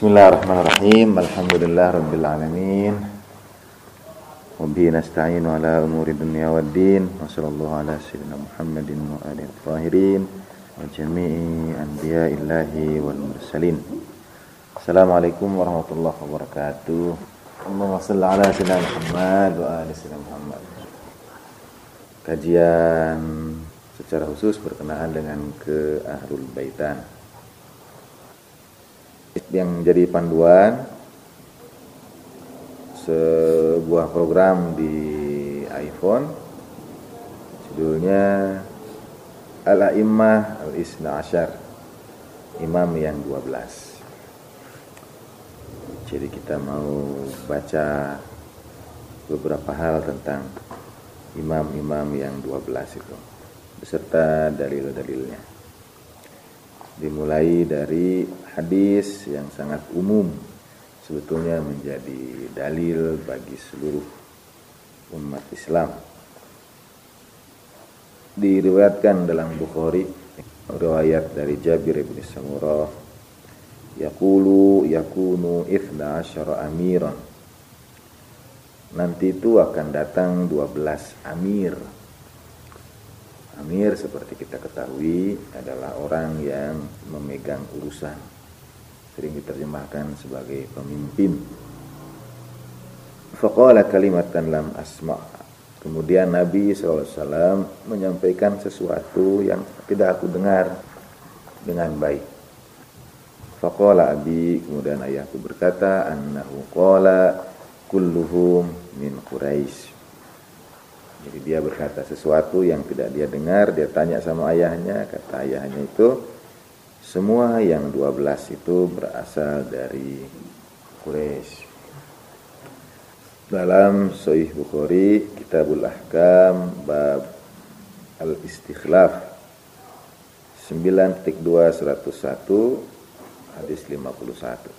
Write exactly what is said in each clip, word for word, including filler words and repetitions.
Bismillahirrahmanirrahim. Alhamdulillah rabbil alamin. Wa bihi nasta'inu ala umuri dunya waddin. Wa sallallahu ala sayyidina Muhammadin wa alihi tahirin wa jami'i anbiya'illahi wal mursalin. Assalamualaikum warahmatullahi wabarakatuh. Allahumma shalli ala sayyidina Muhammad wa ali sayyidina Muhammad. Kajian secara khusus berkenaan dengan ke Ahlul Baitan. Yang jadi panduan sebuah program di iPhone, judulnya Al-A'immah Al-Isna Asyar, Imam yang dua belas. Jadi kita mau baca beberapa hal tentang imam-imam yang dua belas itu beserta dalil-dalilnya. Dimulai dari hadis yang sangat umum, sebetulnya menjadi dalil bagi seluruh umat Islam. Diriwayatkan dalam Bukhari, riwayat dari Jabir bin Samurah, yaqulu yakunu ithna asyara amiran. Nanti itu akan datang dua belas amir. Amir seperti kita ketahui adalah orang yang memegang urusan, sering diterjemahkan sebagai pemimpin. Faqala kalimatan lam asma'. Kemudian Nabi shallallahu alaihi wasallam menyampaikan sesuatu yang tidak aku dengar dengan baik. Faqala abi, kemudian ayahku berkata, annahu qala kulluhum min Quraisy. Jadi dia berkata sesuatu yang tidak dia dengar, dia tanya sama ayahnya, kata ayahnya itu, semua yang dua belas itu berasal dari Quraisy. Dalam Sahih Bukhari, Kitabul Ahkam, bab Al-Istikhlaf, sembilan dua seratus satu, hadis lima puluh satu.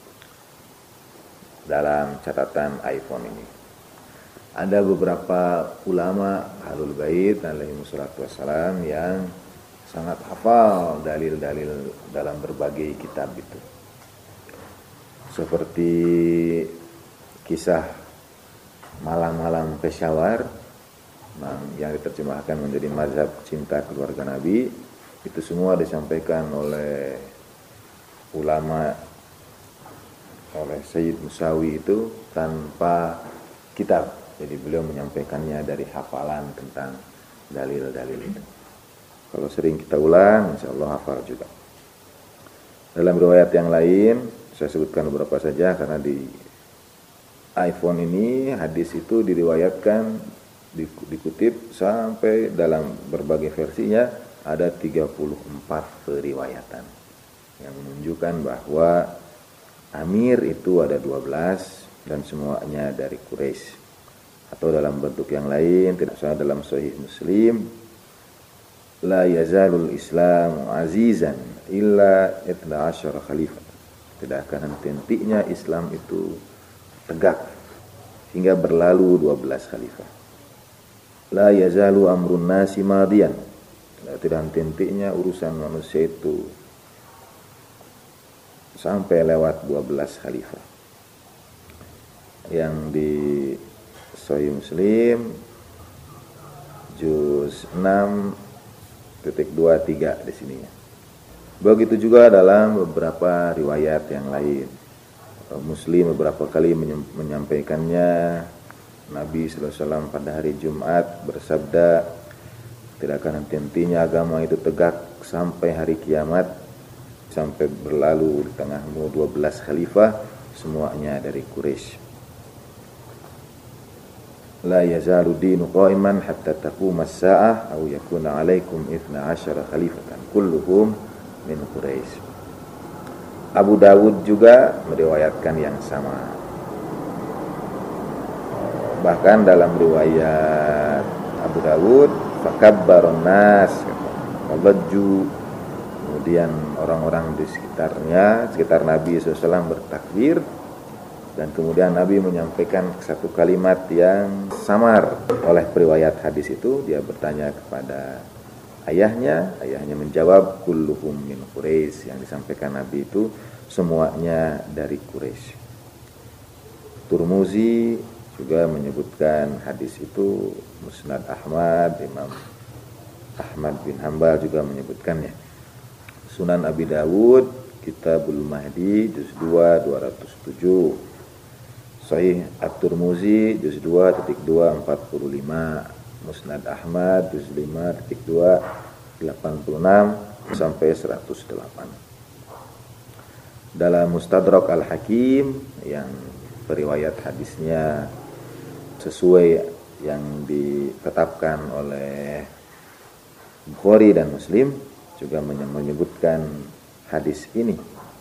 Dalam catatan iPhone ini. Ada beberapa ulama Ahlul Bait alaihi wassalatu wassalam yang sangat hafal dalil-dalil dalam berbagai kitab itu. Seperti kisah malam-malam Peshawar yang diterjemahkan menjadi mazhab cinta keluarga Nabi, itu semua disampaikan oleh ulama, oleh Sayyid Musawi itu tanpa kitab. Jadi beliau menyampaikannya dari hafalan tentang dalil-dalil itu. Kalau sering kita ulang, insya Allah hafal juga. Dalam riwayat yang lain, saya sebutkan beberapa saja karena di iPhone ini hadis itu diriwayatkan, dikutip sampai dalam berbagai versinya ada tiga puluh empat periwayatan yang menunjukkan bahwa amir itu ada dua belas dan semuanya dari Quraisy. Atau dalam bentuk yang lain, tidak salah dalam Sahih Muslim, la yazalul Islam azizan illa itna asyara khalifah. Tidak akan henti-hentinya Islam itu tegak hingga berlalu dua belas khalifah. La yazalu amrun nasi madian. Tidak henti-hentinya urusan manusia itu sampai lewat dua belas khalifah. Yang di Sahih Muslim juz enam titik dua tiga di sininya. Begitu juga dalam beberapa riwayat yang lain. Muslim beberapa kali menyampaikannya. Nabi sallallahu alaihi wasallam pada hari Jumat bersabda, tidak akan henti-hentinya agama itu tegak sampai hari kiamat, sampai berlalu di tengahmu dua belas khalifah, semuanya dari Quraisy. La yazalu dinu qa'iman hatta taquma as-sa'ah aw yakuna 'alaikum ithna asyara khalifatan kulluhum min Quraisy. Abu Dawud juga meriwayatkan yang sama. Bahkan dalam riwayat Abu Dawud, fakabbarun nas, wabajju, kemudian orang-orang di sekitarnya, sekitar Nabi sallallahu alaihi wasallam bertakbir. Dan kemudian Nabi menyampaikan satu kalimat yang samar oleh periwayat hadis itu. Dia bertanya kepada ayahnya. Ayahnya menjawab, kulluhum min Quraisy. Yang disampaikan Nabi itu semuanya dari Quraisy. Turmuzi juga menyebutkan hadis itu, Musnad Ahmad, Imam Ahmad bin Hambal juga menyebutkannya. Sunan Abi Dawud, Kitabul Mahdi, juz dua, dua ratus tujuh. Sahih At-Turmuzi, juz dua, titik dua, empat puluh lima. Musnad Ahmad, juz lima, titik dua, delapan puluh enam sampai seratus delapan. Dalam Mustadrak Al-Hakim yang periwayat hadisnya sesuai yang ditetapkan oleh Bukhari dan Muslim juga menyebutkan hadis ini.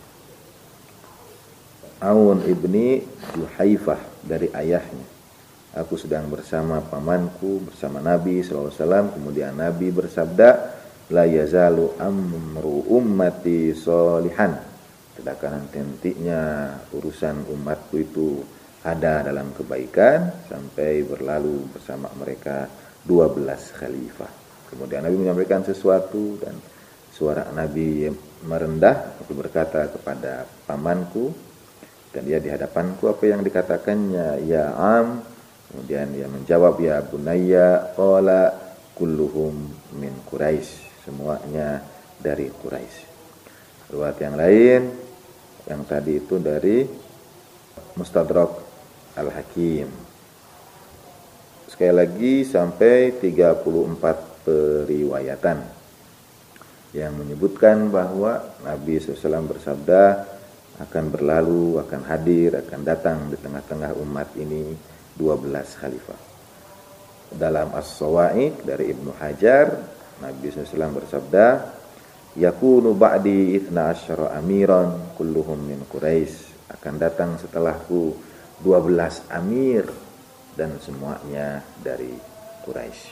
Aun ibni Juhaifah dari ayahnya, aku sedang bersama pamanku bersama Nabi shallallahu alaihi wasallam. Kemudian Nabi bersabda, la yazalu amru ummati solihan, tidak akan henti-hentinya urusan umatku itu ada dalam kebaikan sampai berlalu bersama mereka dua belas khalifah. Kemudian Nabi menyampaikan sesuatu dan suara Nabi merendah. Aku berkata kepada pamanku dan dia di hadapanku, apa yang dikatakannya? Ya am. Kemudian dia menjawab, ya bunayya, qala kulluhum min Quraisy, semuanya dari Quraisy. Riwayat yang lain yang tadi itu dari Mustadrak Al-Hakim. Sekali lagi sampai tiga puluh empat periwayatan yang menyebutkan bahwa Nabi shallallahu alaihi wasallam bersabda, akan berlalu, akan hadir, akan datang di tengah-tengah umat ini dua belas khalifah. Dalam As-Sawa'iq dari Ibnu Hajar, Nabi shallallahu alaihi wasallam bersabda, yakunu ba'di ithna asyara amiran kulluhum min Quraisy, akan datang setelahku dua belas amir dan semuanya dari Quraisy.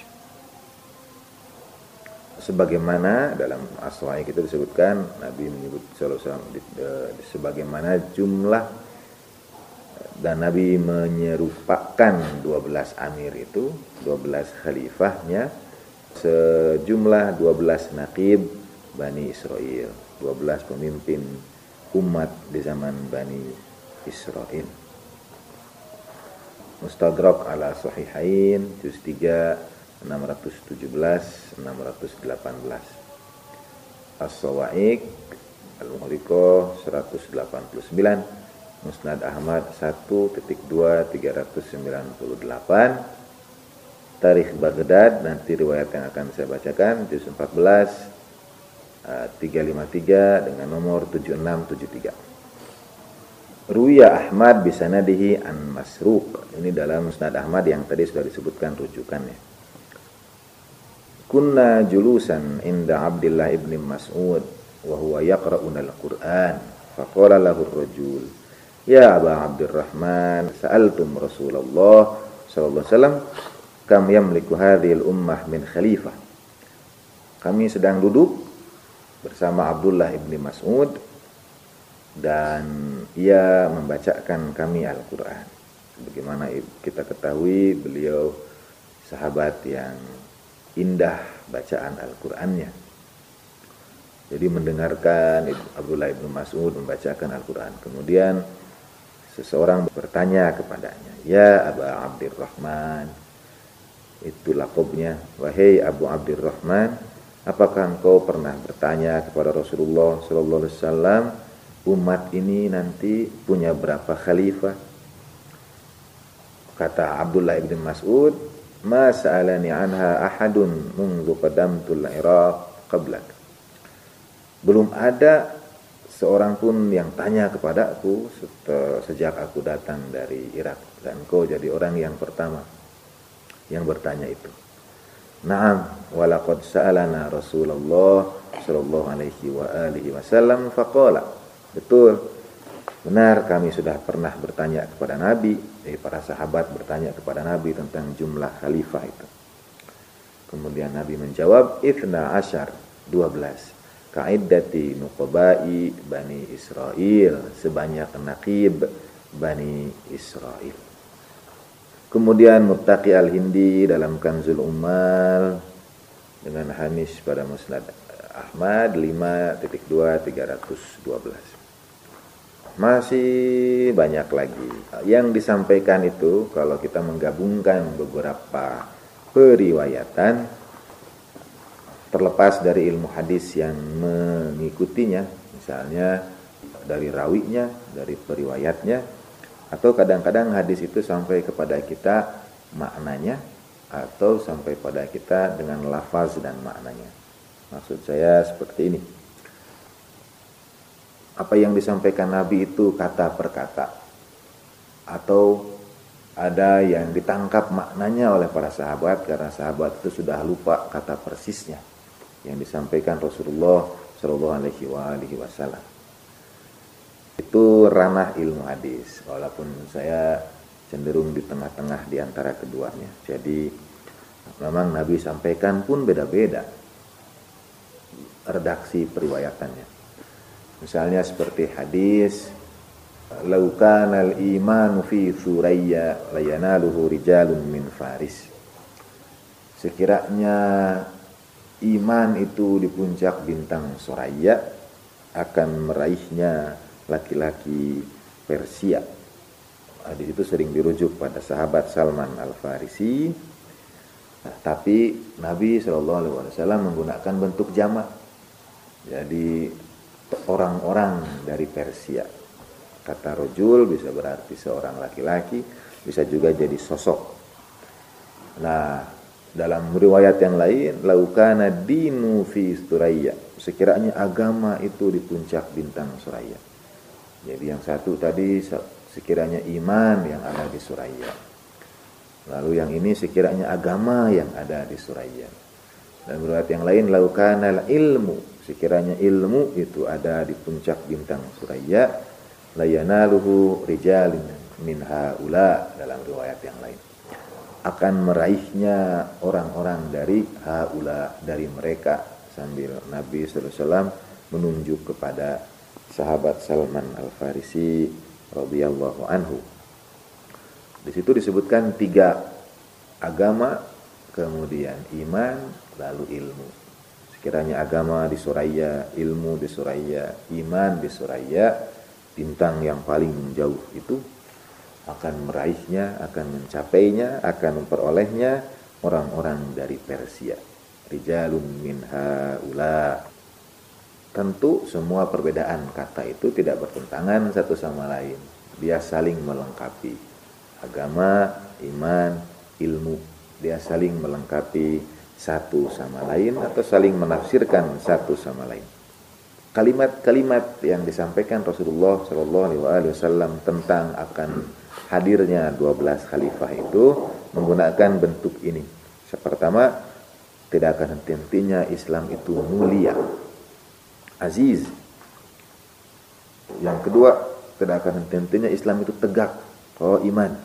Sebagaimana dalam As-Sawa'iq itu disebutkan, Nabi menyebut sallallahu alaihi wasallam sebagaimana jumlah, dan Nabi menyerupakan dua belas amir itu, dua belas khalifahnya sejumlah dua belas naqib Bani Israel, dua belas pemimpin umat di zaman Bani Israel. Mustadrak ala Sahihain, juz tiga, enam ratus tujuh belas, enam ratus delapan belas. As-Sawa'iq Al-Muhriqah seratus delapan puluh sembilan, Musnad Ahmad satu titik dua, tiga ratus sembilan puluh delapan. Tarikh Baghdad, nanti riwayat yang akan saya bacakan, juz empat belas, tiga ratus lima puluh tiga dengan nomor tujuh enam tujuh tiga. Ruya Ahmad bisanadihi an Masruq. Ini dalam Musnad Ahmad yang tadi sudah disebutkan rujukannya. Kunna julusan inda Abdullah ibn Mas'ud wa huwa yaqra'una al-Qur'an. Faqala lahu ar-rajul, ya Aba Abdurrahman, sa'altum Rasulullah sallallahu alaihi wasallam kam yamliku hadhihi al-ummah min khalifah. Kami sedang duduk bersama Abdullah ibn Mas'ud dan ia membacakan kami Al-Quran. Bagaimana kita ketahui, beliau sahabat yang indah bacaan Al-Qurannya. Jadi mendengarkan Abdullah ibn Mas'ud membacakan Al-Quran. Kemudian seseorang bertanya kepadanya, ya Aba Abdurrahman, itu laqabnya, wahai Abu Abdurrahman, apakah engkau pernah bertanya kepada Rasulullah sallallahu alaihi wasallam, umat ini nanti punya berapa khalifah? Kata Abdullah ibn Mas'ud, ma sa'alani anha ahadun mundu qadamtul Iraq qablak. Belum ada seorang pun yang tanya kepadaku sejak aku datang dari Irak, dan engkau jadi orang yang pertama yang bertanya itu. Naam, walaqad sa'alana Rasulullah sallallahu alaihi wa alihi wasallam faqala. Betul, benar, kami sudah pernah bertanya kepada Nabi, eh, para sahabat bertanya kepada Nabi tentang jumlah khalifah itu. Kemudian Nabi menjawab, ithna asyar, dua belas, ka'iddati nuqabai Bani Israel, sebanyak naqib Bani Israel. Kemudian Muttaqi Al-Hindi dalam Kanzul Ummal dengan Hamis pada Musnad Ahmad lima titik dua tiga dua belas. Masih banyak lagi yang disampaikan itu. Kalau kita menggabungkan beberapa periwayatan, terlepas dari ilmu hadis yang mengikutinya, misalnya dari rawinya, dari periwayatnya, atau kadang-kadang hadis itu sampai kepada kita maknanya, atau sampai pada kita dengan lafaz dan maknanya. Maksud saya seperti ini. Apa yang disampaikan Nabi itu kata per kata, atau ada yang ditangkap maknanya oleh para sahabat karena sahabat itu sudah lupa kata persisnya yang disampaikan Rasulullah Shallallahu Alaihi Wasallam. Itu ranah ilmu hadis, walaupun saya cenderung di tengah-tengah di antara keduanya. Jadi memang Nabi sampaikan pun beda-beda redaksi periwayatannya. Misalnya seperti hadis, "Lau kana al-imanu fi Surayya la yanaluhu rijalun min Faris." Sekiranya iman itu di puncak bintang Suraya, akan meraihnya laki-laki Persia. Hadis itu sering dirujuk pada sahabat Salman Al-Farisi. Nah, tapi Nabi shallallahu alaihi wasallam menggunakan bentuk jamak. Jadi orang-orang dari Persia. Kata rojul bisa berarti seorang laki-laki, bisa juga jadi sosok. Nah, dalam riwayat yang lain, laukana dinu fi Suraya, sekiranya agama itu di puncak bintang Suraya. Jadi yang satu tadi sekiranya iman yang ada di Suraya. Lalu yang ini sekiranya agama yang ada di Suraya. Dan riwayat yang lain, laukana ilmu, sekiranya ilmu itu ada di puncak bintang Suraya, la yanaluhu rijalun min haula, dalam riwayat yang lain, akan meraihnya orang-orang dari haula, dari mereka, sambil Nabi sallallahu alaihi wasallam menunjuk kepada sahabat Salman Al-Farisi radhiyallahu anhu. Di situ disebutkan tiga: agama, kemudian iman, lalu ilmu. Sekiranya agama di Suraya, ilmu di Suraya, iman di Suraya, bintang yang paling jauh itu, akan meraihnya, akan mencapainya, akan memperolehnya orang-orang dari Persia. Rijalun min haula. Tentu semua perbedaan kata itu tidak bertentangan satu sama lain. Dia saling melengkapi. Agama, iman, ilmu, dia saling melengkapi satu sama lain atau saling menafsirkan satu sama lain. Kalimat-kalimat yang disampaikan Rasulullah Shallallahu Alaihi Wasallam tentang akan hadirnya dua belas khalifah itu menggunakan bentuk ini. Pertama, tidak akan henti-hentinya Islam itu mulia, aziz. Yang kedua, tidak akan henti-hentinya Islam itu tegak, qaiman.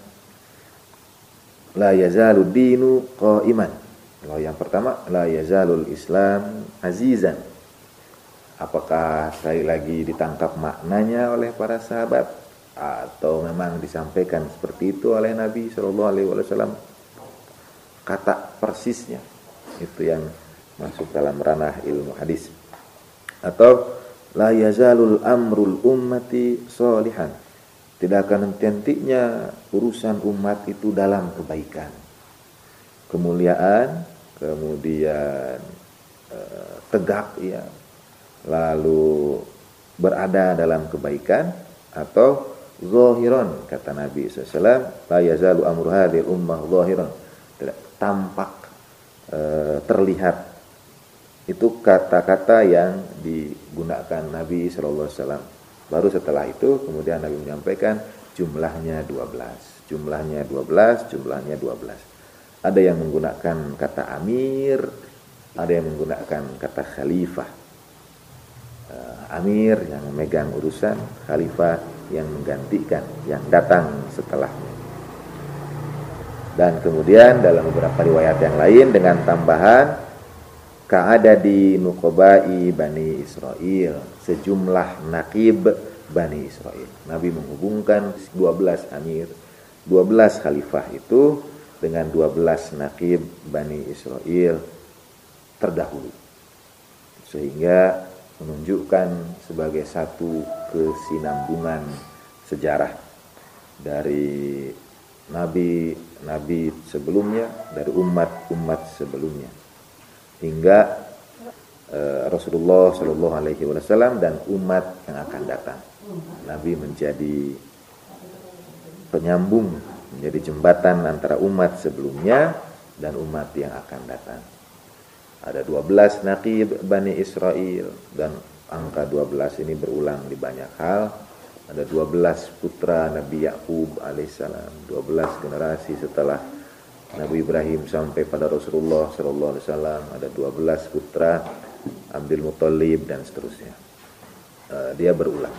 La yazalu dinu qaiman. Kalau yang pertama, la yazalul Islam azizan. Apakah sekali lagi ditangkap maknanya oleh para sahabat, atau memang disampaikan seperti itu oleh Nabi Shallallahu Alaihi Wasallam? Kata persisnya itu yang masuk dalam ranah ilmu hadis. Atau la yazalul amrul ummati solihan. Tidak akan henti-hentinya urusan umat itu dalam kebaikan, kemuliaan, kemudian eh, tegak ya, lalu berada dalam kebaikan. Atau zahiran, kata Nabi sallallahu alaihi wasallam, la yazalu amru hadhil ummah zahiran, tidak tampak, eh, terlihat. Itu kata-kata yang digunakan Nabi sallallahu alaihi wasallam. Baru setelah itu kemudian Nabi menyampaikan jumlahnya dua belas, jumlahnya dua belas, jumlahnya dua belas. Ada yang menggunakan kata amir, ada yang menggunakan kata khalifah. Uh, amir yang memegang urusan, khalifah yang menggantikan, yang datang setelahnya. Dan kemudian dalam beberapa riwayat yang lain dengan tambahan ka'ada di nuqobai Bani Israel, sejumlah nakib Bani Israel. Nabi menghubungkan dua belas amir, dua belas khalifah itu dengan dua belas nakib Bani Israel. terdahulu, sehingga menunjukkan sebagai satu kesinambungan sejarah dari nabi-nabi sebelumnya, dari umat-umat sebelumnya, hingga uh, Rasulullah Shallallahu Alaihi Wasallam dan umat yang akan datang. Nabi menjadi penyambung, menjadi jembatan antara umat sebelumnya dan umat yang akan datang. Ada dua belas naqib Bani Israel, dan angka dua belas ini berulang di banyak hal. Ada dua belas putra Nabi Yakub alaihissalam, dua belas generasi setelah Nabi Ibrahim sampai pada Rasulullah sallallahu alaihi wasallam, ada dua belas putra Abdul Muthalib dan seterusnya. Uh, dia berulang.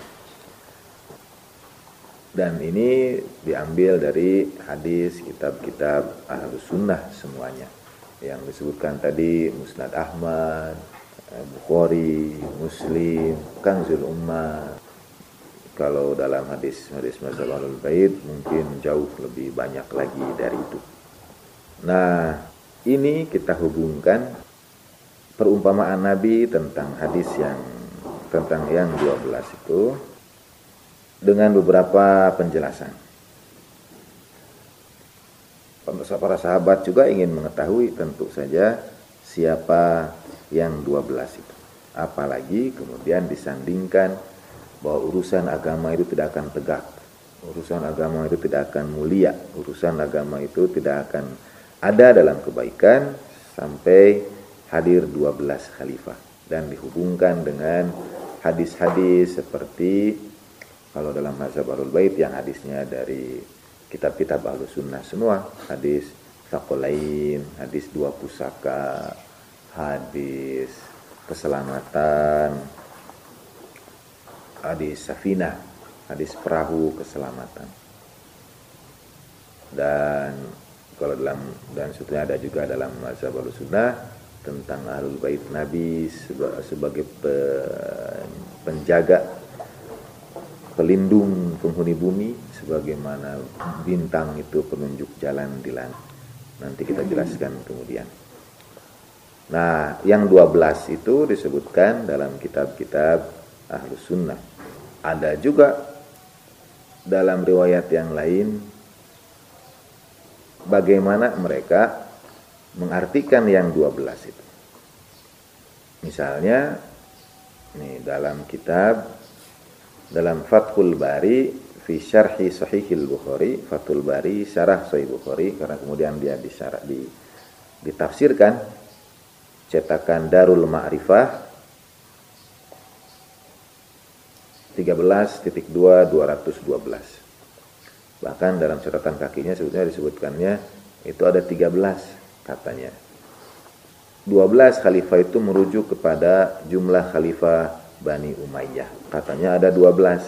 Dan ini diambil dari hadis, kitab-kitab Ahlus Sunnah semuanya. Yang disebutkan tadi Musnad Ahmad, Bukhari, Muslim, Kanzul Ummah. Kalau dalam hadis-hadis mazhab Ahlul Bait mungkin jauh lebih banyak lagi dari itu. Nah, ini kita hubungkan perumpamaan Nabi tentang hadis yang tentang yang dua belas itu dengan beberapa penjelasan. Para sahabat juga ingin mengetahui tentu saja siapa yang dua belas itu. Apalagi kemudian disandingkan bahwa urusan agama itu tidak akan tegak. Urusan agama itu tidak akan mulia. Urusan agama itu tidak akan ada dalam kebaikan sampai hadir dua belas khalifah. Dan dihubungkan dengan hadis-hadis seperti kalau dalam mazhab Ahlul Bait yang hadisnya dari kitab-kitab Ahlus Sunnah semua, hadis Tsaqalain, hadis dua pusaka, hadis keselamatan, hadis Safinah, hadis perahu keselamatan. Dan kalau dalam dan sebetulnya ada juga dalam mazhab Ahlus Sunnah tentang Ahlul Bait Nabi sebagai penjaga, pelindung penghuni bumi, sebagaimana bintang itu penunjuk jalan di langit. Nanti kita jelaskan kemudian. Nah, yang dua belas itu disebutkan dalam kitab-kitab Ahlus Sunnah. Ada juga dalam riwayat yang lain bagaimana mereka mengartikan yang dua belas itu. Misalnya nih dalam kitab dalam Fathul Bari fi syarhi Sahihil Bukhari, Fathul Bari syarah Sahih Bukhari, karena kemudian dia disyarah di ditafsirkan, cetakan Darul Ma'rifah tiga belas titik dua dua ratus dua belas. Bahkan dalam catatan kakinya sebetulnya disebutkannya itu ada tiga belas katanya. dua belas khalifah itu merujuk kepada jumlah khalifah Bani Umayyah. Katanya ada dua belas.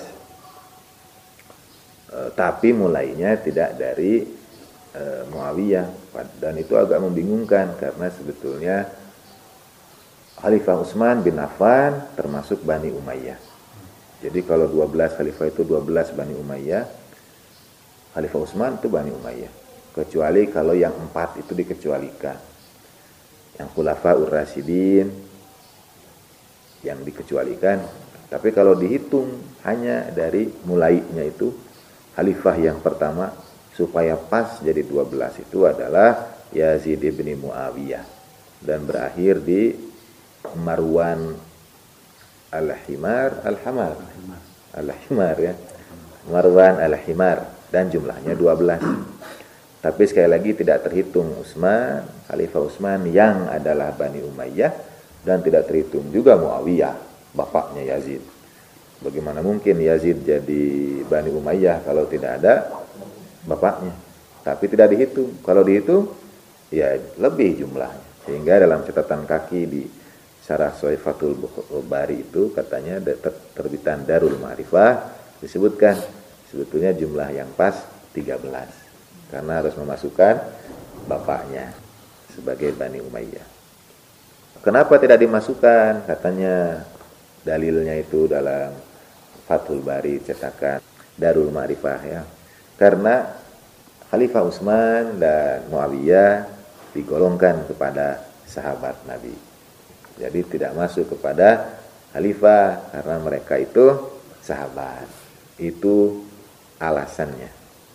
E, tapi mulainya tidak dari e, Muawiyah. Dan itu agak membingungkan karena sebetulnya Khalifah Utsman bin Affan termasuk Bani Umayyah. Jadi kalau dua belas khalifah itu dua belas Bani Umayyah, Khalifah Utsman itu Bani Umayyah. Kecuali kalau yang empat itu dikecualikan. Yang Khulafaur Rasyidin yang dikecualikan. Tapi kalau dihitung hanya dari mulainya itu khalifah yang pertama supaya pas jadi dua belas itu adalah Yazid bin Muawiyah dan berakhir di Marwan Al-Himar Al-Hamar Al-Himar ya Marwan Al-Himar, dan jumlahnya dua belas. Tapi sekali lagi tidak terhitung Utsman, Khalifah Utsman yang adalah Bani Umayyah, dan tidak terhitung juga Muawiyah, bapaknya Yazid. Bagaimana mungkin Yazid jadi Bani Umayyah kalau tidak ada bapaknya? Tapi tidak dihitung. Kalau dihitung, ya lebih jumlahnya. Sehingga dalam catatan kaki di Syarah Sahih Fathul Bari itu katanya terbitan Darul Ma'rifah disebutkan sebetulnya jumlah yang pas tiga belas. Karena harus memasukkan bapaknya sebagai Bani Umayyah. Kenapa tidak dimasukkan? Katanya dalilnya itu dalam Fathul Bari cetakan Darul Ma'rifah ya. Karena Khalifah Utsman dan Muawiyah digolongkan kepada sahabat Nabi. Jadi tidak masuk kepada khalifah karena mereka itu sahabat. Itu alasannya.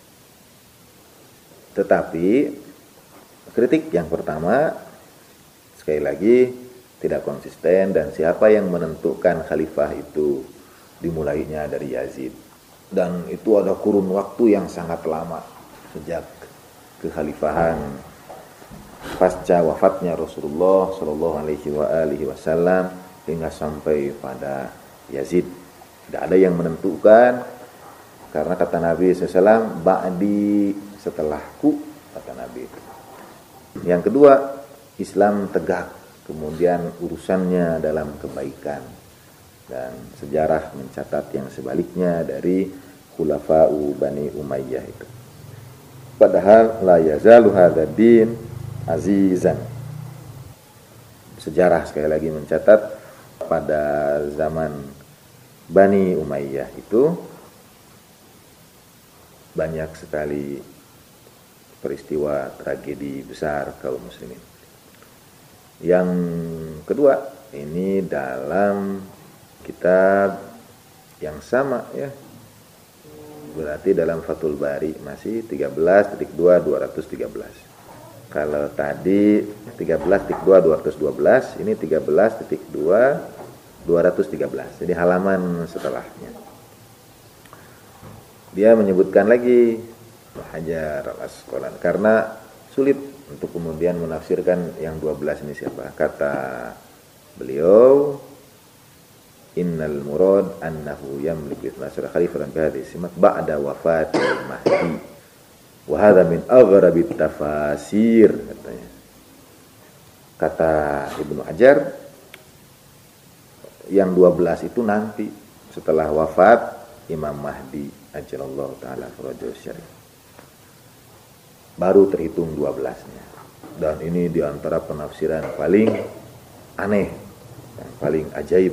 Tetapi kritik yang pertama sekali lagi tidak konsisten, dan siapa yang menentukan khalifah itu dimulainya dari Yazid. Dan itu ada kurun waktu yang sangat lama sejak kekhalifahan pasca wafatnya Rasulullah Shallallahu Alaihi Wasallam hingga sampai pada Yazid. Tidak ada yang menentukan, karena kata Nabi shallallahu alaihi wasallam, ba'di, setelahku, kata Nabi itu. Yang kedua, Islam tegak, kemudian urusannya dalam kebaikan, dan sejarah mencatat yang sebaliknya dari khulafa'u Bani Umayyah itu. Padahal la yazalu hadzal din azizan. Sejarah sekali lagi mencatat pada zaman Bani Umayyah itu banyak sekali peristiwa tragedi besar kaum muslimin. Yang kedua, ini dalam kitab yang sama ya. Berarti dalam Fathul Bari masih tiga belas titik dua dua ratus tiga belas. Kalau tadi tiga belas titik dua dua ratus dua belas, ini tiga belas titik dua dua ratus tiga belas. Jadi halaman setelahnya. Dia menyebutkan lagi Hajar Al-Asqalani karena sulit untuk kemudian menafsirkan yang dua belas ini siapa. Kata beliau, innal murad annahu yamliku nasra khalifatan bi hadhihi simat ba'da wafatil mahdi wa hadha min aghrabit tafasir, katanya. Kata Ibnu Hajar, yang dua belas itu nanti setelah wafat Imam Mahdi ajallallahu taala farajahu syarif, baru terhitung dua belasnya. Dan ini diantara penafsiran paling aneh dan paling ajaib.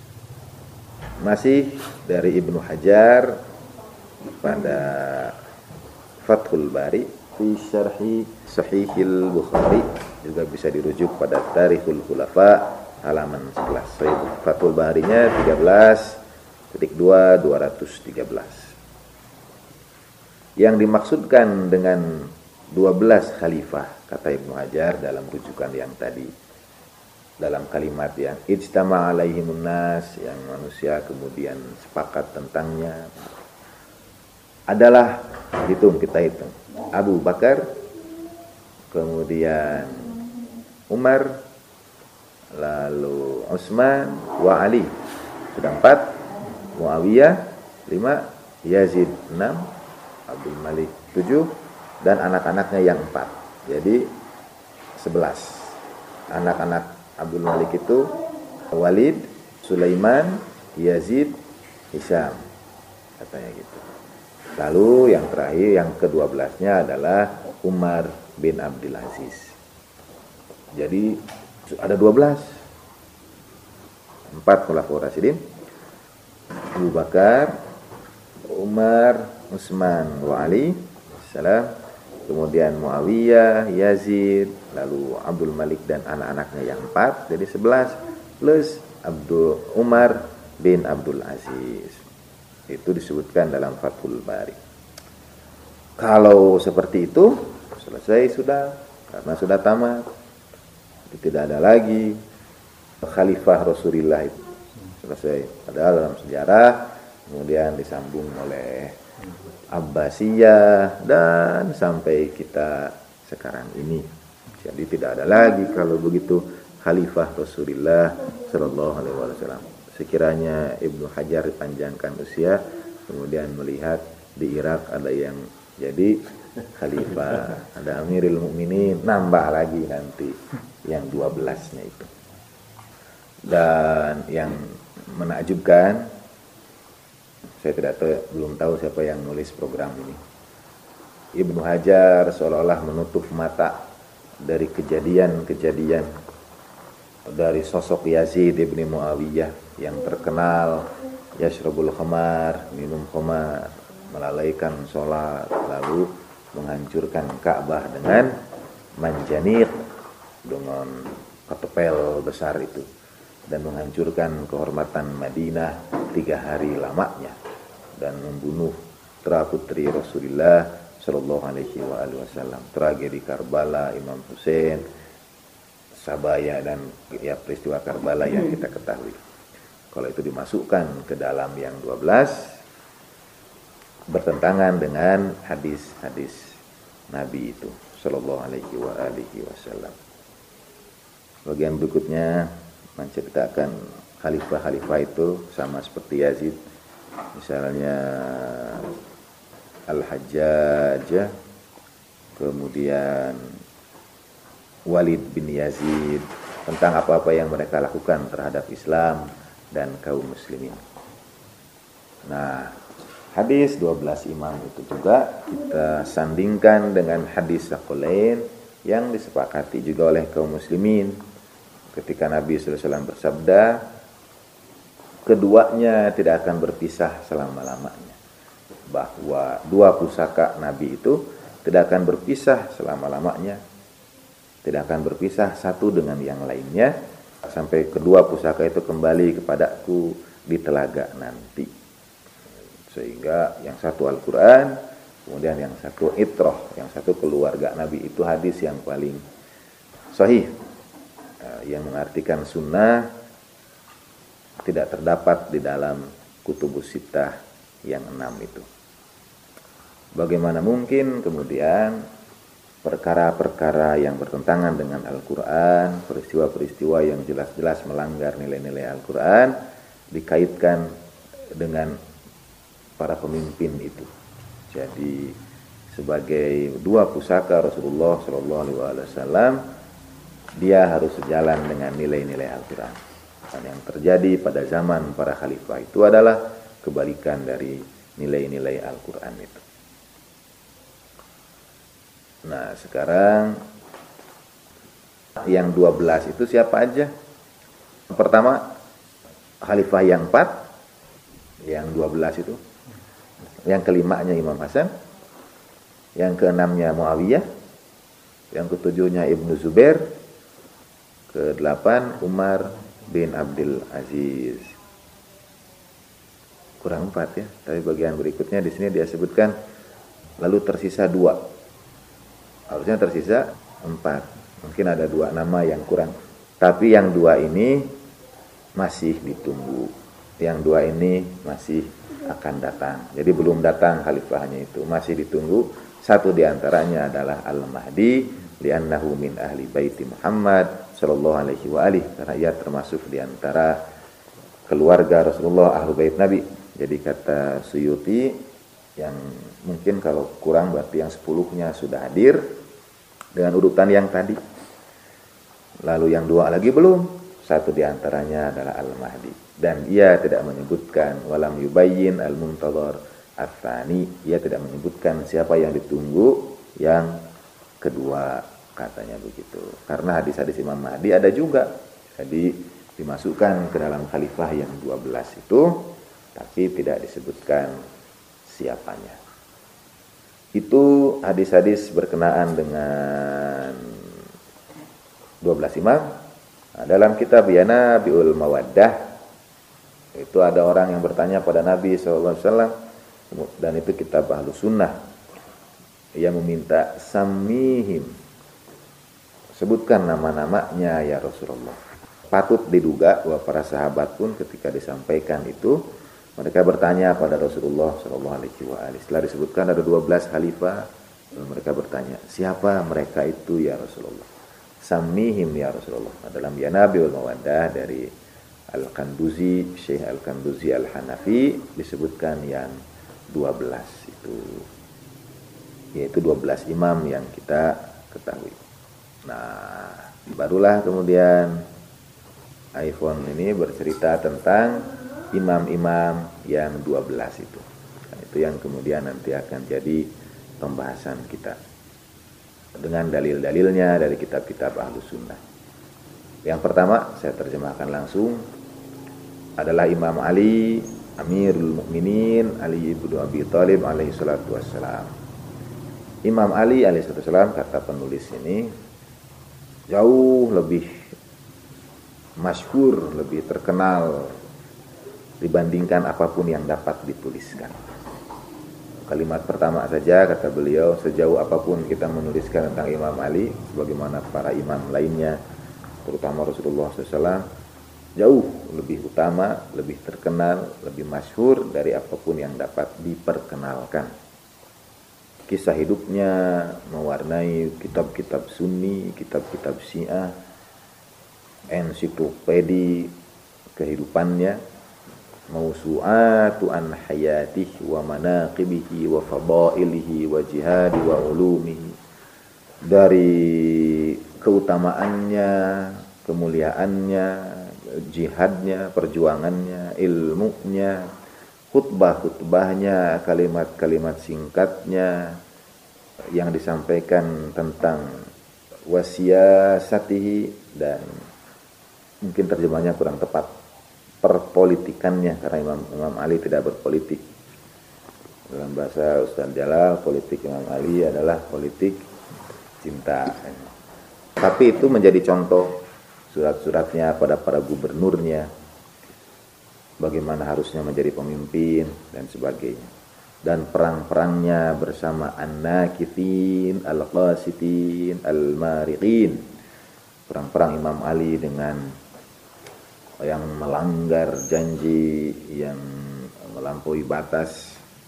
Masih dari Ibnu Hajar pada Fathul Bari fi syarhi Sahihil Bukhari, juga bisa dirujuk pada Tarikhul Khulafa halaman sebelas. Fathul Barinya tiga belas titik dua dua ratus tiga belas. Yang dimaksudkan dengan dua belas khalifah, kata Ibnu Hajar dalam rujukan yang tadi, dalam kalimat yang ijtama alaihimun nas, yang manusia kemudian sepakat tentangnya, adalah, hitung kita hitung, Abu Bakar, kemudian Umar, lalu Utsman wa Ali, sudah empat, Muawiyah lima, Yazid enam, Abdul Malik tujuh, dan anak-anaknya yang empat. Jadi sebelas. Anak-anak Abdul Malik itu Walid, Sulaiman, Yazid, Hisham, katanya gitu. Lalu yang terakhir, yang kedua belasnya adalah Umar bin Abdul Aziz. Jadi ada dua belas. Empat khulafaur rasyidin, Abu Bakar, Umar, Utsman wa Ali salam, kemudian Muawiyah, Yazid, lalu Abdul Malik dan anak-anaknya yang empat, jadi sebelas, plus Abdul Umar bin Abdul Aziz. Itu disebutkan dalam Fathul Bari. Kalau seperti itu selesai sudah, karena sudah tamat. Tidak ada lagi khalifah Rasulullah itu. Selesai. Padahal dalam sejarah kemudian disambung oleh Abbasiyah dan sampai kita sekarang ini. Jadi tidak ada lagi kalau begitu khalifah Rasulullah sallallahu alaihi wasallam. Sekiranya Ibnu Hajar panjangkan usia, kemudian melihat di Irak ada yang jadi khalifah, ada Amirul Mukminin, nambah lagi nanti yang dua belasnya itu. Dan yang menakjubkan, saya tidak tahu, belum tahu siapa yang nulis program ini. Ibnu Hajar seolah-olah menutup mata dari kejadian-kejadian dari sosok Yazid ibn Muawiyah yang terkenal yashrabul khamar, minum khamar, melalaikan sholat, lalu menghancurkan Ka'bah dengan manjanik, dengan ketepel besar itu dan menghancurkan kehormatan Madinah tiga hari lamanya dan membunuh putra putri Rasulullah Shallallahu Alaihi Wasallam. Tragedi Karbala, Imam Hussein, Sabaya, dan ya peristiwa Karbala yang kita ketahui. Kalau itu dimasukkan ke dalam yang dua belas, bertentangan dengan hadis-hadis Nabi itu Shallallahu Alaihi Wasallam. Bagian berikutnya menceritakan khalifah-khalifah itu sama seperti Yazid, misalnya Al-Hajjaj, kemudian Walid bin Yazid, tentang apa-apa yang mereka lakukan terhadap Islam dan kaum muslimin. Nah, hadis dua belas imam itu juga kita sandingkan dengan hadis Saqalain yang disepakati juga oleh kaum muslimin ketika Nabi sallallahu alaihi wasallam bersabda, keduanya tidak akan berpisah selama-lamanya. Bahwa dua pusaka Nabi itu tidak akan berpisah selama-lamanya. Tidak akan berpisah satu dengan yang lainnya sampai kedua pusaka itu kembali kepadaku di telaga nanti. Sehingga yang satu Al-Quran, kemudian yang satu itrah, yang satu keluarga Nabi. Itu hadis yang paling sahih, yang mengartikan sunnah tidak terdapat di dalam kutubus sittah yang enam itu. Bagaimana mungkin kemudian perkara-perkara yang bertentangan dengan Al-Quran, peristiwa-peristiwa yang jelas-jelas melanggar nilai-nilai Al-Quran dikaitkan dengan para pemimpin itu. Jadi sebagai dua pusaka Rasulullah Shallallahu Alaihi Wasallam, dia harus sejalan dengan nilai-nilai Al-Quran. Dan yang terjadi pada zaman para khalifah itu adalah kebalikan dari nilai-nilai Al-Quran itu. Nah, sekarang yang dua belas itu siapa aja? Pertama, khalifah yang empat, yang dua belas itu. Yang kelimanya Imam Hasan, yang keenamnya Muawiyah, yang ketujuhnya Ibnu Zubair, kedelapan Umar bin Abdul Aziz. Kurang empat ya, tapi bagian berikutnya di sini dia sebutkan lalu tersisa dua. Harusnya tersisa empat. Mungkin ada dua nama yang kurang. Tapi yang dua ini masih ditunggu. Yang dua ini masih akan datang. Jadi belum datang khalifahnya itu, masih ditunggu. Satu diantaranya adalah Al-Mahdi, li'annahu min ahli baiti Muhammad sallallahu alaihi wa alihi, karena ia termasuk diantara keluarga Rasulullah, ahlu bait Nabi. Jadi kata Suyuti, yang mungkin kalau kurang berarti yang sepuluhnya sudah hadir dengan urutan yang tadi. Lalu yang dua lagi belum, satu diantaranya adalah Al-Mahdi. Dan ia tidak menyebutkan walam yubayyin al-muntadhar ats-tsani, ia tidak menyebutkan siapa yang ditunggu yang kedua, katanya begitu. Karena hadis-hadis Imam Mahdi ada juga. Jadi dimasukkan ke dalam khalifah yang dua belas itu, tapi tidak disebutkan siapanya. Itu hadis-hadis berkenaan dengan dua belas imam. Nah, dalam kitab Yana Bi'ul Mawaddah itu ada orang yang bertanya pada Nabi shallallahu alaihi wasallam, dan itu kitab Ahlus Sunnah. Ia meminta samihim, sebutkan nama-namanya ya Rasulullah. Patut diduga bahwa para sahabat pun ketika disampaikan itu, mereka bertanya pada Rasulullah shallallahu alaihi wasallam. Setelah disebutkan ada dua belas khalifah, mereka bertanya, siapa mereka itu ya Rasulullah? Samihim ya Rasulullah. Dalam Yana Bi'ul Mawaddah dari Al-Kanduzi, Syekh Al-Kanduzi Al-Hanafi, disebutkan yang dua belas itu, yaitu dua belas imam yang kita ketahui. Nah, barulah kemudian iPhone ini bercerita tentang imam-imam yang dua belas itu. Nah, itu yang kemudian nanti akan jadi pembahasan kita dengan dalil-dalilnya dari kitab-kitab Ahlus Sunnah. Yang pertama saya terjemahkan langsung adalah Imam Ali Amirul Mukminin Ali ibnu Abi Thalib alaihi salatu wassalam. Imam Ali alaihi salatu wassalam, kata penulis ini, jauh lebih masyhur, lebih terkenal dibandingkan apapun yang dapat dituliskan. Kalimat pertama saja kata beliau, sejauh apapun kita menuliskan tentang Imam Ali, sebagaimana para imam lainnya, terutama Rasulullah shallallahu alaihi wasallam, jauh lebih utama, lebih terkenal, lebih masyhur dari apapun yang dapat diperkenalkan. Kisah hidupnya mewarnai kitab-kitab Sunni, kitab-kitab Syiah, ensiklopedi kehidupannya, mausu'atu an hayatihi wa manaqibihi wa fadailihi wa jihadi wa ulumihi, dari keutamaannya, kemuliaannya, jihadnya, perjuangannya, ilmunya, khutbah-khutbahnya, kalimat-kalimat singkatnya yang disampaikan tentang wasiyasatihi, dan mungkin terjemahnya kurang tepat, perpolitikannya, karena Imam, Imam Ali tidak berpolitik. Dalam bahasa Ustaz Jalal, politik Imam Ali adalah politik cinta. Tapi itu menjadi contoh, surat-suratnya pada para gubernurnya, bagaimana harusnya menjadi pemimpin dan sebagainya. Dan perang-perangnya bersama an-nakithin, al-qasitin, al-mariqin. Perang-perang Imam Ali dengan yang melanggar janji, yang melampaui batas,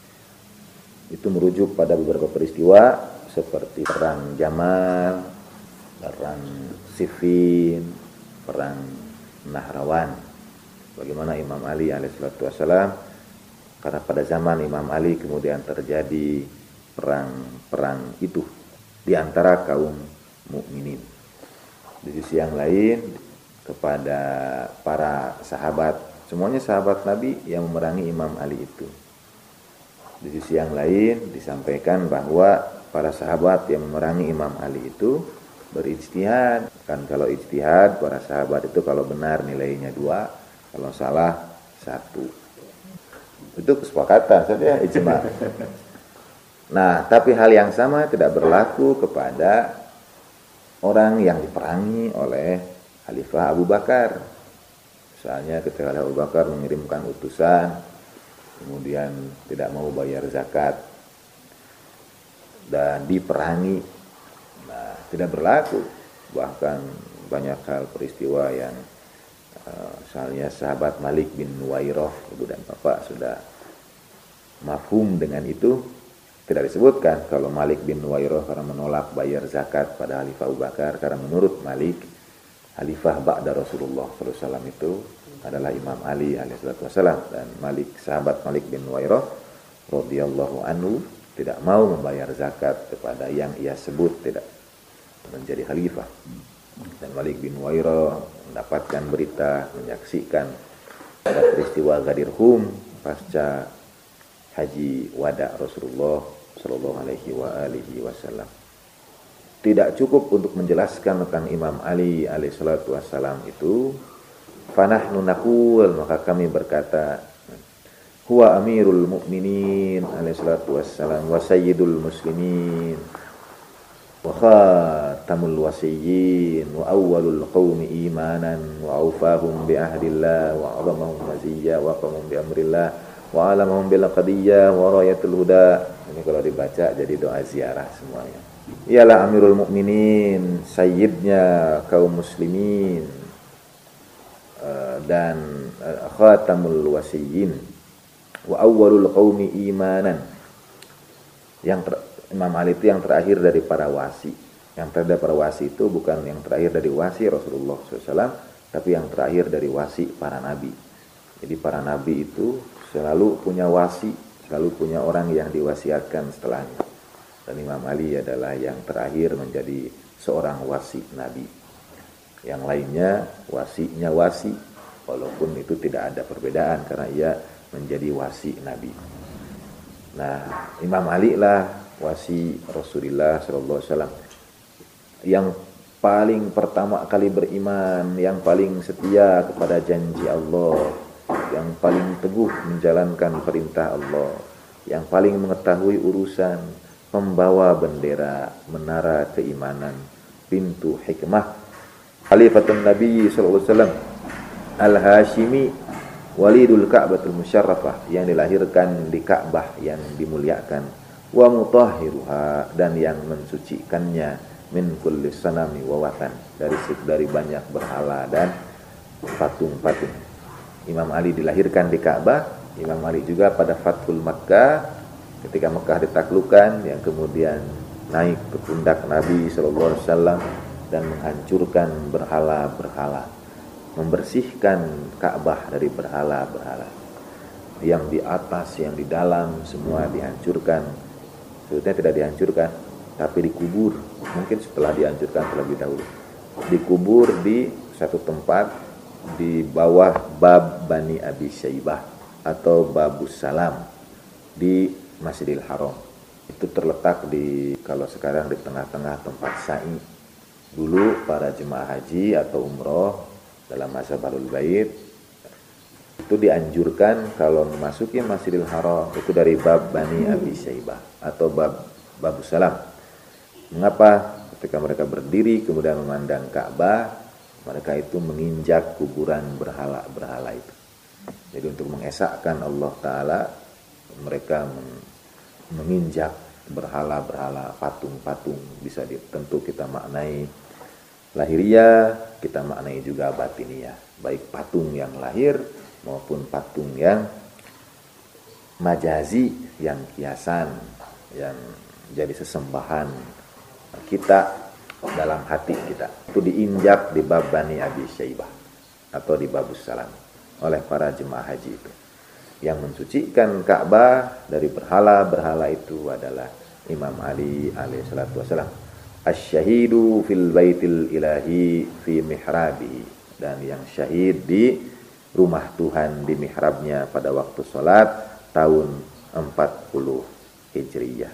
itu merujuk pada beberapa peristiwa seperti perang Jamal, perang Siffin, perang Nahrawan. Bagaimana Imam Ali alaihissalatu wassalam, karena pada zaman Imam Ali kemudian terjadi perang-perang itu di antara kaum mukminin. Di sisi yang lain, kepada para sahabat, semuanya sahabat Nabi yang memerangi Imam Ali itu. Di sisi yang lain disampaikan bahwa para sahabat yang memerangi Imam Ali itu berijtihad. Kan kalau ijtihad, para sahabat itu kalau benar nilainya dua, kalau salah satu. Itu kesepakatan saja, ijma. Nah, tapi hal yang sama tidak berlaku kepada orang yang diperangi oleh Khalifah Abu Bakar. Misalnya ketika Abu Bakar mengirimkan utusan, kemudian tidak mau bayar zakat dan diperangi, nah tidak berlaku. Bahkan banyak hal peristiwa yang uh, misalnya sahabat Malik bin Nuwairah, ibu dan bapak sudah mafhum dengan itu, tidak disebutkan kalau Malik bin Nuwairah karena menolak bayar zakat pada Khalifah Abu Bakar, karena menurut Malik Khalifah ba'da Rasulullah shallallahu alaihi wasallam itu adalah Imam Ali alaihi wasallam, dan Malik, sahabat Malik bin Nuwairah radhiyallahu anhu tidak mau membayar zakat kepada yang ia sebut tidak menjadi khalifah. Dan Malik bin Nuwairah mendapatkan berita, menyaksikan pada peristiwa Ghadir Khum pasca haji wada Rasulullah sallallahu alaihi wa alihi wasallam. Tidak cukup untuk menjelaskan tentang Imam Ali alaihissalatu wassalam itu, fanahnu naqul, maka kami berkata, huwa amirul mu'minin alaihissalatu wassalam wa sayyidul muslimin wa khatamul wasiyyin wa awwalul qawmi imanan wa awfahum bi ahdillah wa azamahum maziyya wa qamum bi amrillah wa alamahum bil qadiyyah wa rayatul huda. Ini kalau dibaca jadi doa ziarah semuanya. Ialah amirul mukminin, sayyidnya kaum muslimin, dan khatamul wasiyyin wa awwalul qaumi imanan. Yang ter, Imam Ali itu yang terakhir dari para wasi. Yang terakhir para wasi itu bukan yang terakhir dari wasi Rasulullah shallallahu alaihi wasallam, tapi yang terakhir dari wasi para nabi. Jadi para nabi itu selalu punya wasi, selalu punya orang yang diwasiatkan setelahnya. Dan Imam Ali adalah yang terakhir menjadi seorang wasi Nabi. Yang lainnya wasinya wasi, walaupun itu tidak ada perbedaan karena ia menjadi wasi Nabi. Nah, Imam Ali lah wasi Rasulullah sallallahu alaihi wasallam yang paling pertama kali beriman, yang paling setia kepada janji Allah, yang paling teguh menjalankan perintah Allah, yang paling mengetahui urusan, membawa bendera menara keimanan, pintu hikmah, Khalifatun Nabi sallallahu alaihi wasallam, Al-Hashimi walidul Ka'batul Musyarrafah, yang dilahirkan di Ka'bah yang dimuliakan, wa mutahhiruha, dan yang mensucikannya, min kulli sanami wa watan, dari dari banyak berhala dan patung-patung. Imam Ali dilahirkan di Ka'bah. Imam Ali juga pada Fathul Makkah, ketika Mekah ditaklukkan, yang kemudian naik ke pundak Nabi shallallahu alaihi wasallam dan menghancurkan berhala-berhala, membersihkan Ka'bah dari berhala-berhala. Yang di atas, yang di dalam, semua dihancurkan. Sebetulnya tidak dihancurkan, tapi dikubur. Mungkin setelah dihancurkan terlebih dahulu. Dikubur di satu tempat di bawah Bab Bani Abi Syaibah atau Babus Salam di Masjidil Haram. Itu terletak di, kalau sekarang, di tengah-tengah tempat sa'i. Dulu para jemaah haji atau umroh dalam masa Balul Bait itu dianjurkan kalau memasuki Masjidil Haram itu dari Bab Bani Abi Syaibah atau Bab Babus Salam. Mengapa? Ketika mereka berdiri kemudian memandang Ka'bah, mereka itu menginjak kuburan berhala-berhala itu. Jadi untuk mengesahkan Allah Ta'ala, mereka menginjak berhala-berhala, patung-patung. Bisa tentu kita maknai lahiriah, kita maknai juga batiniah, baik patung yang lahir maupun patung yang majazi, yang kiasan, yang jadi sesembahan kita dalam hati kita. Itu diinjak di Bab Bani Abi Syaibah atau di Babus Salam oleh para jemaah haji itu. Yang mensucikan Ka'bah dari berhala-berhala itu adalah Imam Ali alaihi salatu wassalam. Asy-syahidu fil baitil ilahi fi mihrabi, dan yang syahid di rumah Tuhan di mihrabnya pada waktu sholat tahun empat puluh Hijriyah.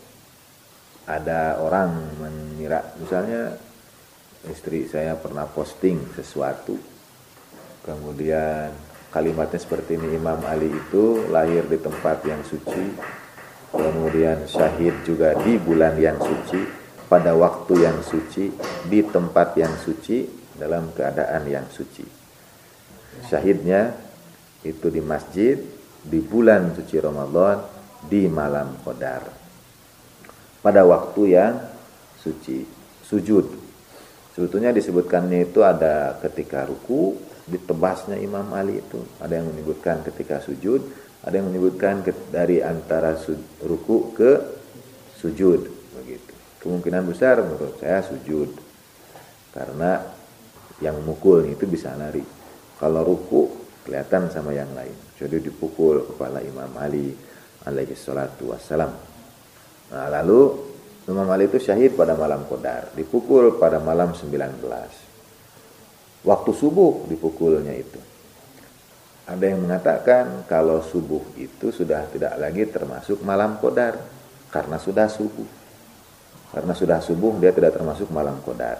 Ada orang mengira, misalnya istri saya pernah posting sesuatu, kemudian kalimatnya seperti ini: Imam Ali itu lahir di tempat yang suci, kemudian syahid juga di bulan yang suci, pada waktu yang suci, di tempat yang suci, dalam keadaan yang suci. Syahidnya itu di masjid, di bulan suci Ramadan, di malam Qadar, pada waktu yang suci. Sujud, sebetulnya disebutkannya itu ada ketika ruku, ditebasnya Imam Ali itu. Ada yang menyebutkan ketika sujud, ada yang menyebutkan dari antara ruku ke sujud, begitu. Kemungkinan besar menurut saya sujud, karena yang mukul itu bisa lari. Kalau ruku kelihatan sama yang lain, jadi dipukul kepala Imam Ali alaihi salatu wassalam. Nah, lalu Imam Ali itu syahid pada malam Qadar, dipukul pada malam sembilan belas. Waktu subuh dipukulnya itu. Ada yang mengatakan kalau subuh itu sudah tidak lagi termasuk malam Qadar, karena sudah subuh. Karena sudah subuh dia tidak termasuk malam Qadar.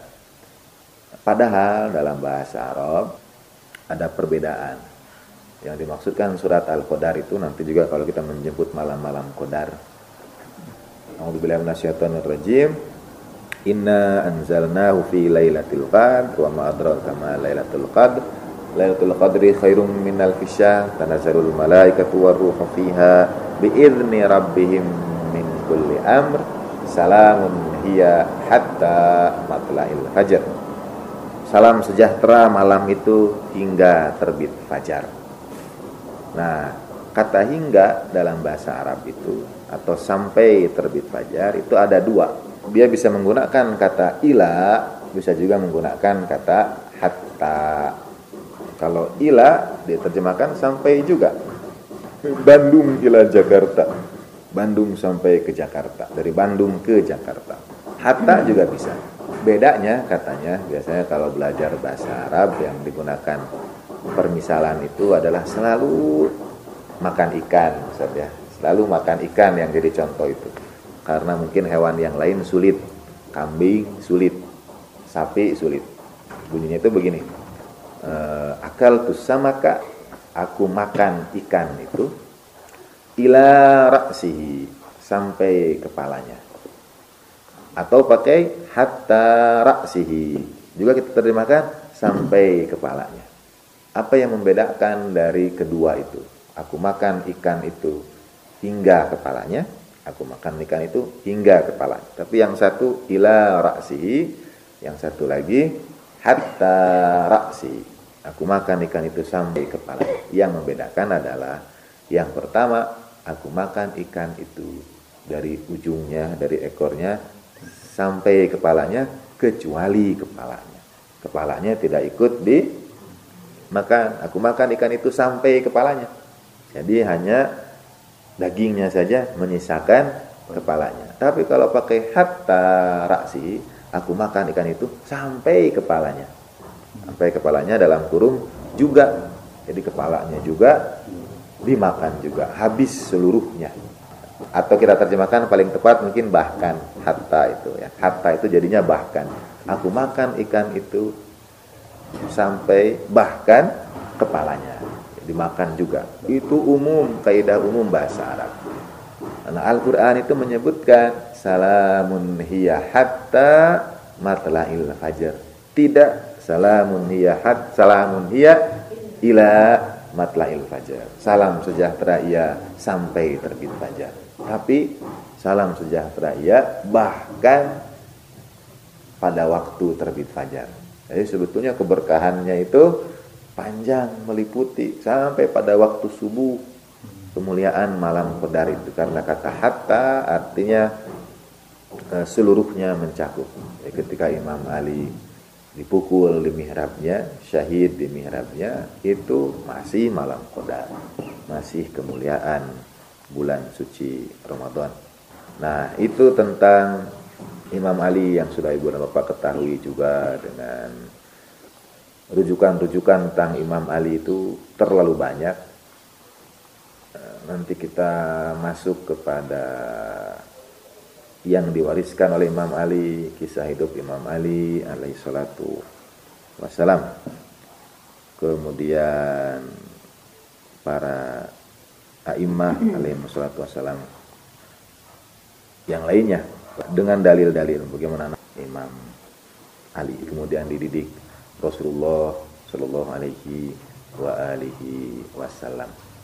Padahal dalam bahasa Arab ada perbedaan. Yang dimaksudkan surat Al-Qadar itu nanti juga kalau kita menyebut malam-malam Qadar. A'udzubillahi minasyaitonir rajim. Inna anzalnahu fi lailatul qadr wa ma adraka ma lailatul qadr. Lailatul qadri khairum minal fisya, tanazzalul malaikatu warruhu fiha biizni rabbihim min kulli amr. Salamun hiya hatta matla'il fajar. Salam sejahtera malam itu hingga terbit fajar. Nah, kata hingga dalam bahasa Arab itu atau sampai terbit fajar itu ada dua. Dia bisa menggunakan kata ila, bisa juga menggunakan kata hatta. Kalau ila diterjemahkan sampai juga. Bandung ila Jakarta. Bandung sampai ke Jakarta, dari Bandung ke Jakarta. Hatta juga bisa. Bedanya katanya biasanya kalau belajar bahasa Arab yang digunakan permisalan itu adalah selalu makan ikan, ya. Selalu makan ikan yang jadi contoh itu. Karena mungkin hewan yang lain sulit, kambing sulit, sapi sulit. Bunyinya itu begini. E, akal tusamaka, aku makan ikan itu, ila ra'sihi, sampai kepalanya. Atau pakai hatta ra'sihi, juga kita terjemahkan sampai kepalanya. apa yang membedakan dari kedua itu? Aku makan ikan itu hingga kepalanya, aku makan ikan itu hingga kepalanya. Tapi yang satu ila ra'sihi, yang satu lagi hatta ra'si. Aku makan ikan itu sampai kepalanya. Yang membedakan adalah yang pertama, aku makan ikan itu dari ujungnya, dari ekornya sampai kepalanya, kecuali kepalanya. Kepalanya tidak ikut di makan. Aku makan ikan itu sampai kepalanya. Jadi hanya dagingnya saja, menyisakan kepalanya. Tapi kalau pakai hatta ra'si, aku makan ikan itu sampai kepalanya. Sampai kepalanya dalam kurung juga. Jadi kepalanya juga dimakan juga, habis seluruhnya. Atau kita terjemahkan paling tepat mungkin bahkan, hatta itu ya. Hatta itu jadinya bahkan. Aku makan ikan itu sampai bahkan kepalanya, dimakan juga. Itu umum, kaidah umum bahasa Arab. Karena Al-Quran itu menyebutkan salamun hiya hatta matla'il fajar. Tidak salamun hiya hat salamun hiya ila matla'il fajar. Salam sejahtera ia sampai terbit fajar. Tapi salam sejahtera ia bahkan pada waktu terbit fajar. Jadi sebetulnya keberkahannya itu panjang, meliputi sampai pada waktu subuh, kemuliaan malam Qadar itu. Karena kata hatta artinya e, seluruhnya mencakup. Jadi ketika Imam Ali dipukul di mihrabnya, syahid di mihrabnya, itu masih malam Qadar, masih kemuliaan bulan suci Ramadan. Nah, itu tentang Imam Ali yang sudah ibu dan bapak ketahui juga. Dengan rujukan-rujukan tentang Imam Ali itu terlalu banyak. Nanti kita masuk kepada yang diwariskan oleh Imam Ali, kisah hidup Imam Ali alaihi salatu wassalam. Kemudian para a'immah alaihi salatu wassalam yang lainnya dengan dalil-dalil bagaimana Imam Ali kemudian dididik Rasulullah sallallahu alaihi wa alihi wasallam.